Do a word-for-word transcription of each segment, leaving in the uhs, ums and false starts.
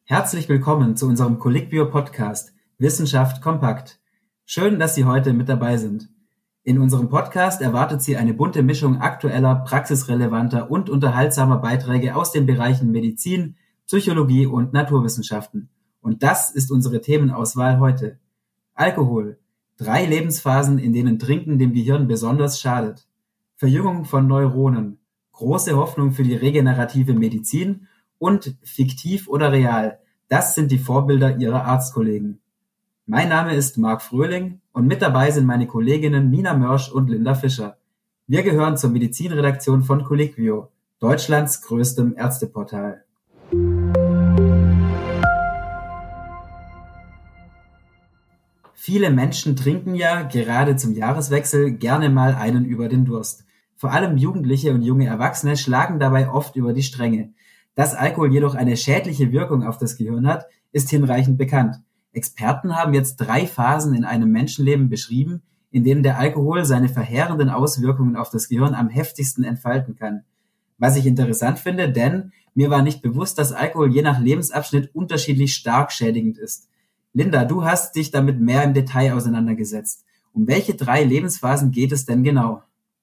Herzlich willkommen zu unserem Colliquio-Podcast Wissenschaft kompakt. Schön, dass Sie heute mit dabei sind. In unserem Podcast erwartet Sie eine bunte Mischung aktueller, praxisrelevanter und unterhaltsamer Beiträge aus den Bereichen Medizin, Psychologie und Naturwissenschaften. Und das ist unsere Themenauswahl heute. Alkohol. Drei Lebensphasen, in denen Trinken dem Gehirn besonders schadet. Verjüngung von Neuronen. Große Hoffnung für die regenerative Medizin. Und fiktiv oder real, das sind die Vorbilder Ihrer Arztkollegen. Mein Name ist Marc Fröhling und mit dabei sind meine Kolleginnen Nina Mörsch und Linda Fischer. Wir gehören zur Medizinredaktion von Colliquio, Deutschlands größtem Ärzteportal. Viele Menschen trinken ja, gerade zum Jahreswechsel, gerne mal einen über den Durst. Vor allem Jugendliche und junge Erwachsene schlagen dabei oft über die Stränge. Dass Alkohol jedoch eine schädliche Wirkung auf das Gehirn hat, ist hinreichend bekannt. Experten haben jetzt drei Phasen in einem Menschenleben beschrieben, in denen der Alkohol seine verheerenden Auswirkungen auf das Gehirn am heftigsten entfalten kann. Was ich interessant finde, denn mir war nicht bewusst, dass Alkohol je nach Lebensabschnitt unterschiedlich stark schädigend ist. Linda, du hast dich damit mehr im Detail auseinandergesetzt. Um welche drei Lebensphasen geht es denn genau?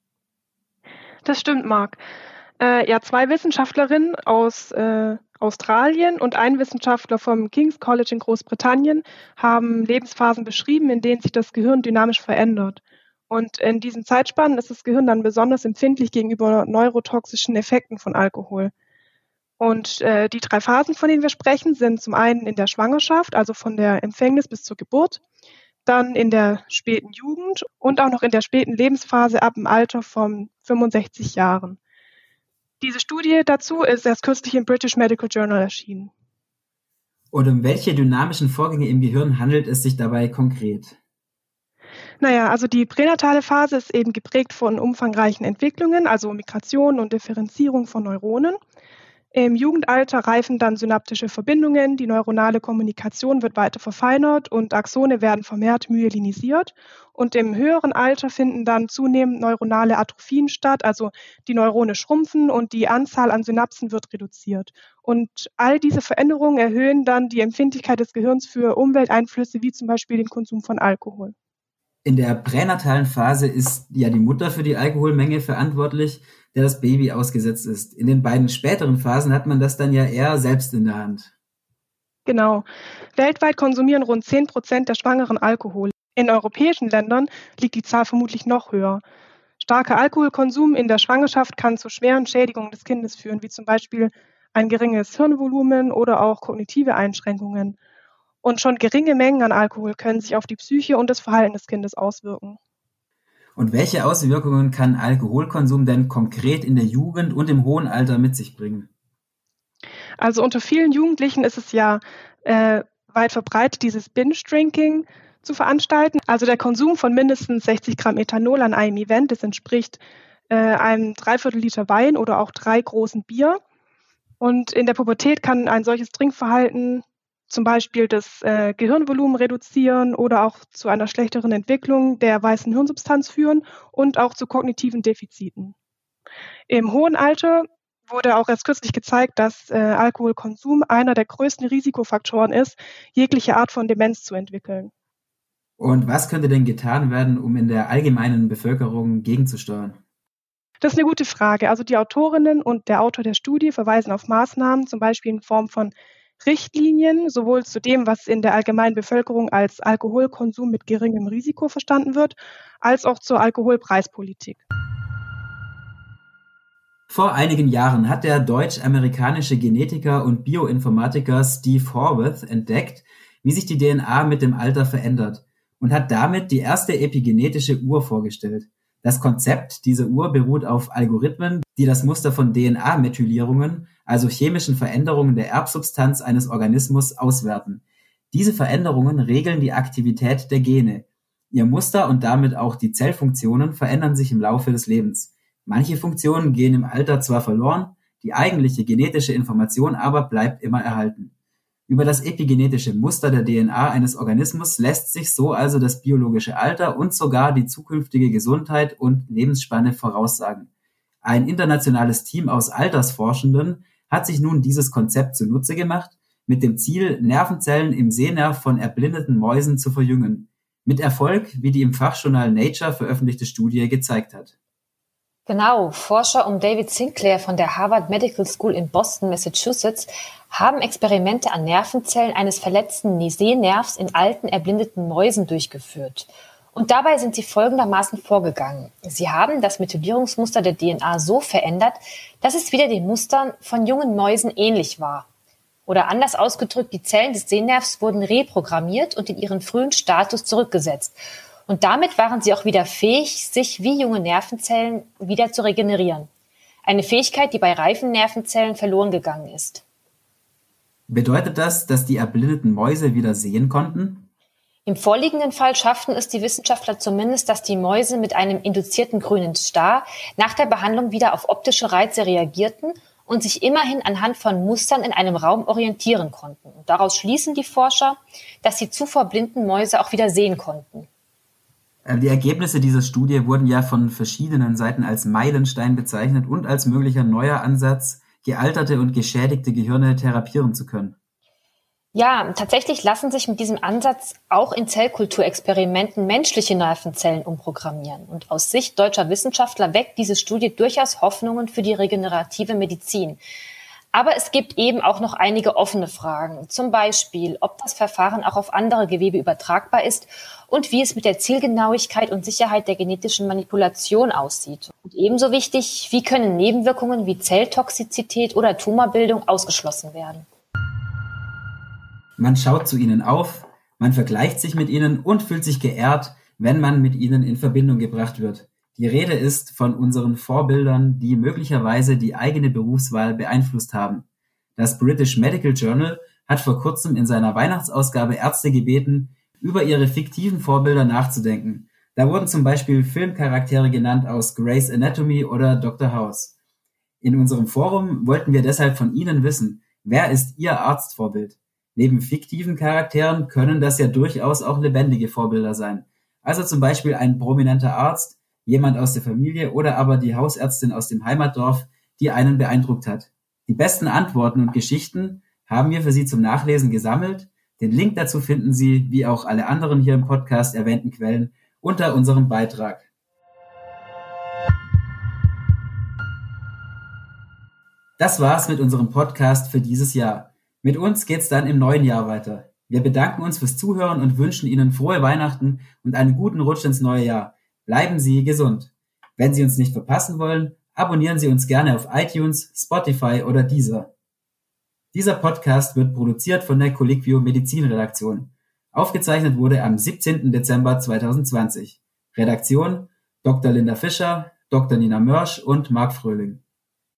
Das stimmt, Marc. Äh, ja, zwei Wissenschaftlerinnen aus äh, Australien und ein Wissenschaftler vom King's College in Großbritannien haben Lebensphasen beschrieben, in denen sich das Gehirn dynamisch verändert. Und in diesen Zeitspannen ist das Gehirn dann besonders empfindlich gegenüber neurotoxischen Effekten von Alkohol. Und äh, die drei Phasen, von denen wir sprechen, sind zum einen in der Schwangerschaft, also von der Empfängnis bis zur Geburt, dann in der späten Jugend und auch noch in der späten Lebensphase ab dem Alter von fünfundsechzig Jahren. Diese Studie dazu ist erst kürzlich im British Medical Journal erschienen. Und um welche dynamischen Vorgänge im Gehirn handelt es sich dabei konkret? Naja, also die pränatale Phase ist eben geprägt von umfangreichen Entwicklungen, also Migration und Differenzierung von Neuronen. Im Jugendalter reifen dann synaptische Verbindungen, die neuronale Kommunikation wird weiter verfeinert und Axone werden vermehrt myelinisiert. Und im höheren Alter finden dann zunehmend neuronale Atrophien statt, also die Neurone schrumpfen und die Anzahl an Synapsen wird reduziert. Und all diese Veränderungen erhöhen dann die Empfindlichkeit des Gehirns für Umwelteinflüsse wie zum Beispiel den Konsum von Alkohol. In der pränatalen Phase ist ja die Mutter für die Alkoholmenge verantwortlich, der das Baby ausgesetzt ist. In den beiden späteren Phasen hat man das dann ja eher selbst in der Hand. Genau. Weltweit konsumieren rund zehn Prozent der Schwangeren Alkohol. In europäischen Ländern liegt die Zahl vermutlich noch höher. Starker Alkoholkonsum in der Schwangerschaft kann zu schweren Schädigungen des Kindes führen, wie zum Beispiel ein geringes Hirnvolumen oder auch kognitive Einschränkungen. Und schon geringe Mengen an Alkohol können sich auf die Psyche und das Verhalten des Kindes auswirken. Und welche Auswirkungen kann Alkoholkonsum denn konkret in der Jugend und im hohen Alter mit sich bringen? Also unter vielen Jugendlichen ist es ja äh, weit verbreitet, dieses Binge-Drinking zu veranstalten. Also der Konsum von mindestens sechzig Gramm Ethanol an einem Event, das entspricht äh, einem Dreiviertel Liter Wein oder auch drei großen Bier. Und in der Pubertät kann ein solches Trinkverhalten zum Beispiel das äh, Gehirnvolumen reduzieren oder auch zu einer schlechteren Entwicklung der weißen Hirnsubstanz führen und auch zu kognitiven Defiziten. Im hohen Alter wurde auch erst kürzlich gezeigt, dass äh, Alkoholkonsum einer der größten Risikofaktoren ist, jegliche Art von Demenz zu entwickeln. Und was könnte denn getan werden, um in der allgemeinen Bevölkerung gegenzusteuern? Das ist eine gute Frage. Also die Autorinnen und der Autor der Studie verweisen auf Maßnahmen, zum Beispiel in Form von Richtlinien, sowohl zu dem, was in der allgemeinen Bevölkerung als Alkoholkonsum mit geringem Risiko verstanden wird, als auch zur Alkoholpreispolitik. Vor einigen Jahren hat der deutsch-amerikanische Genetiker und Bioinformatiker Steve Horvath entdeckt, wie sich die D N A mit dem Alter verändert und hat damit die erste epigenetische Uhr vorgestellt. Das Konzept dieser Uhr beruht auf Algorithmen, die das Muster von D N A-Methylierungen, also chemischen Veränderungen der Erbsubstanz eines Organismus, auswerten. Diese Veränderungen regeln die Aktivität der Gene. Ihr Muster und damit auch die Zellfunktionen verändern sich im Laufe des Lebens. Manche Funktionen gehen im Alter zwar verloren, die eigentliche genetische Information aber bleibt immer erhalten. Über das epigenetische Muster der D N A eines Organismus lässt sich so also das biologische Alter und sogar die zukünftige Gesundheit und Lebensspanne voraussagen. Ein internationales Team aus Altersforschenden hat sich nun dieses Konzept zunutze gemacht, mit dem Ziel, Nervenzellen im Sehnerv von erblindeten Mäusen zu verjüngen. Mit Erfolg, wie die im Fachjournal Nature veröffentlichte Studie gezeigt hat. Genau, Forscher um David Sinclair von der Harvard Medical School in Boston, Massachusetts, haben Experimente an Nervenzellen eines verletzten Sehnervs in alten, erblindeten Mäusen durchgeführt. Und dabei sind sie folgendermaßen vorgegangen. Sie haben das Methylierungsmuster der D N A so verändert, dass es wieder den Mustern von jungen Mäusen ähnlich war. Oder anders ausgedrückt, die Zellen des Sehnervs wurden reprogrammiert und in ihren frühen Status zurückgesetzt. Und damit waren sie auch wieder fähig, sich wie junge Nervenzellen wieder zu regenerieren. Eine Fähigkeit, die bei reifen Nervenzellen verloren gegangen ist. Bedeutet das, dass die erblindeten Mäuse wieder sehen konnten? Im vorliegenden Fall schafften es die Wissenschaftler zumindest, dass die Mäuse mit einem induzierten grünen Star nach der Behandlung wieder auf optische Reize reagierten und sich immerhin anhand von Mustern in einem Raum orientieren konnten. Und daraus schließen die Forscher, dass die zuvor blinden Mäuse auch wieder sehen konnten. Die Ergebnisse dieser Studie wurden ja von verschiedenen Seiten als Meilenstein bezeichnet und als möglicher neuer Ansatz, gealterte und geschädigte Gehirne therapieren zu können. Ja, tatsächlich lassen sich mit diesem Ansatz auch in Zellkulturexperimenten menschliche Nervenzellen umprogrammieren. Und aus Sicht deutscher Wissenschaftler weckt diese Studie durchaus Hoffnungen für die regenerative Medizin. Aber es gibt eben auch noch einige offene Fragen. Zum Beispiel, ob das Verfahren auch auf andere Gewebe übertragbar ist und wie es mit der Zielgenauigkeit und Sicherheit der genetischen Manipulation aussieht. Und ebenso wichtig, wie können Nebenwirkungen wie Zelltoxizität oder Tumorbildung ausgeschlossen werden? Man schaut zu ihnen auf, man vergleicht sich mit ihnen und fühlt sich geehrt, wenn man mit ihnen in Verbindung gebracht wird. Die Rede ist von unseren Vorbildern, die möglicherweise die eigene Berufswahl beeinflusst haben. Das British Medical Journal hat vor kurzem in seiner Weihnachtsausgabe Ärzte gebeten, über ihre fiktiven Vorbilder nachzudenken. Da wurden zum Beispiel Filmcharaktere genannt aus Grey's Anatomy oder Doktor House. In unserem Forum wollten wir deshalb von Ihnen wissen, wer ist Ihr Arztvorbild? Neben fiktiven Charakteren können das ja durchaus auch lebendige Vorbilder sein. Also zum Beispiel ein prominenter Arzt, jemand aus der Familie oder aber die Hausärztin aus dem Heimatdorf, die einen beeindruckt hat. Die besten Antworten und Geschichten haben wir für Sie zum Nachlesen gesammelt. Den Link dazu finden Sie, wie auch alle anderen hier im Podcast erwähnten Quellen, unter unserem Beitrag. Das war's mit unserem Podcast für dieses Jahr. Mit uns geht's dann im neuen Jahr weiter. Wir bedanken uns fürs Zuhören und wünschen Ihnen frohe Weihnachten und einen guten Rutsch ins neue Jahr. Bleiben Sie gesund. Wenn Sie uns nicht verpassen wollen, abonnieren Sie uns gerne auf iTunes, Spotify oder Deezer. Dieser Podcast wird produziert von der Colliquio Medizin-Redaktion. Aufgezeichnet wurde am siebzehnten Dezember zweitausendzwanzig. Redaktion Doktor Linda Fischer, Doktor Nina Mörsch und Marc Fröhling.